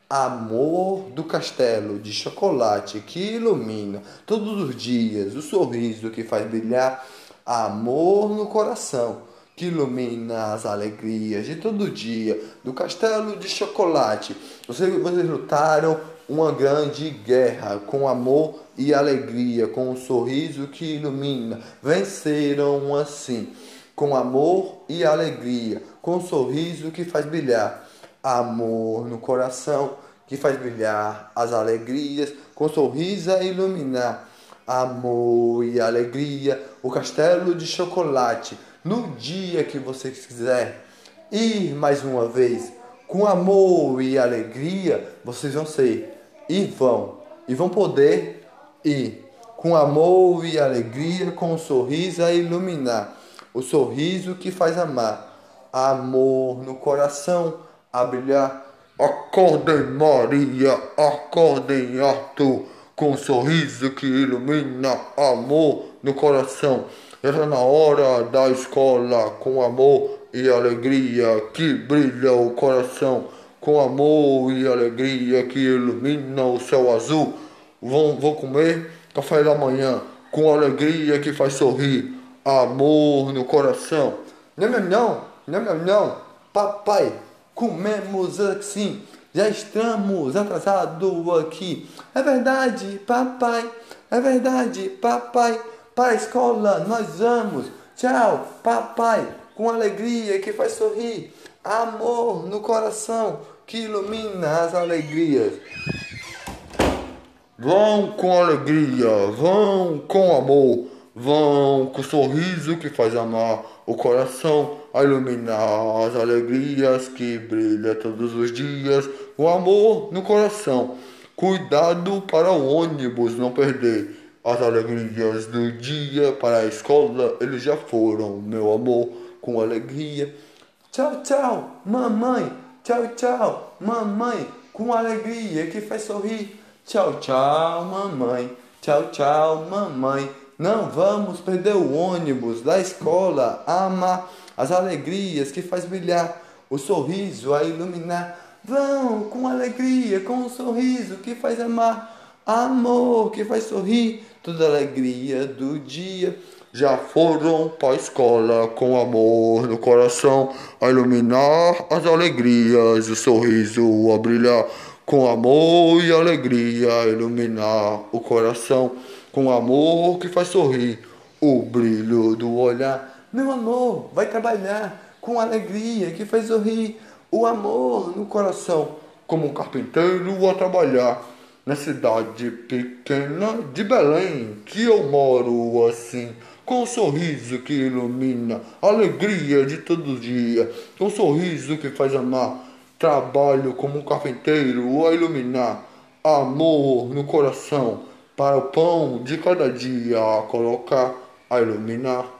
amor do castelo de chocolate que ilumina todos os dias, o sorriso que faz brilhar, amor no coração que ilumina as alegrias de todo dia, do castelo de chocolate. Vocês lutaram uma grande guerra com amor e alegria, com um sorriso que ilumina. Venceram assim, com amor e alegria, com um sorriso que faz brilhar, amor no coração que faz brilhar as alegrias, com um sorriso a iluminar, amor e alegria, o castelo de chocolate. No dia que você quiser ir mais uma vez, com amor e alegria, vocês vão ser e vão poder ir com amor e alegria, com um sorriso a iluminar, o sorriso que faz amar, amor no coração a brilhar. Acordem Maria, acordem Arthur, com um sorriso que ilumina, amor no coração. Era na hora da escola, com amor e alegria que brilha o coração, com amor e alegria que ilumina o céu azul. Vou comer café da manhã, com alegria que faz sorrir, amor no coração. Não, não, não, não, não, não, papai, comemos assim, já estamos atrasados aqui. É verdade, papai, é verdade, papai. Para a escola nós vamos. Tchau, papai, com alegria que faz sorrir, amor no coração que ilumina as alegrias. Vão com alegria, vão com amor, vão com sorriso que faz amar o coração, a iluminar as alegrias que brilha todos os dias, o amor no coração. Cuidado para o ônibus não perder as alegrias do dia. Para a escola eles já foram, meu amor, com alegria. Tchau, tchau, mamãe. Tchau, tchau, mamãe, com alegria que faz sorrir. Tchau, tchau, mamãe. Tchau, tchau, mamãe. Não vamos perder o ônibus da escola. Amar as alegrias que faz brilhar, o sorriso a iluminar. Vão com alegria, com um sorriso que faz amar, amor que faz sorrir, toda alegria do dia. Já foram para a escola com amor no coração, a iluminar as alegrias, o sorriso a brilhar, com amor e alegria a iluminar o coração, com amor que faz sorrir, o brilho do olhar. Meu amor, vai trabalhar com alegria que faz sorrir, o amor no coração, como um carpinteiro a trabalhar. Na cidade pequena de Belém, que eu moro assim, com um sorriso que ilumina a alegria de todo dia, com um sorriso que faz amar. Trabalho como um carpinteiro a iluminar, amor no coração, para o pão de cada dia a colocar, a iluminar.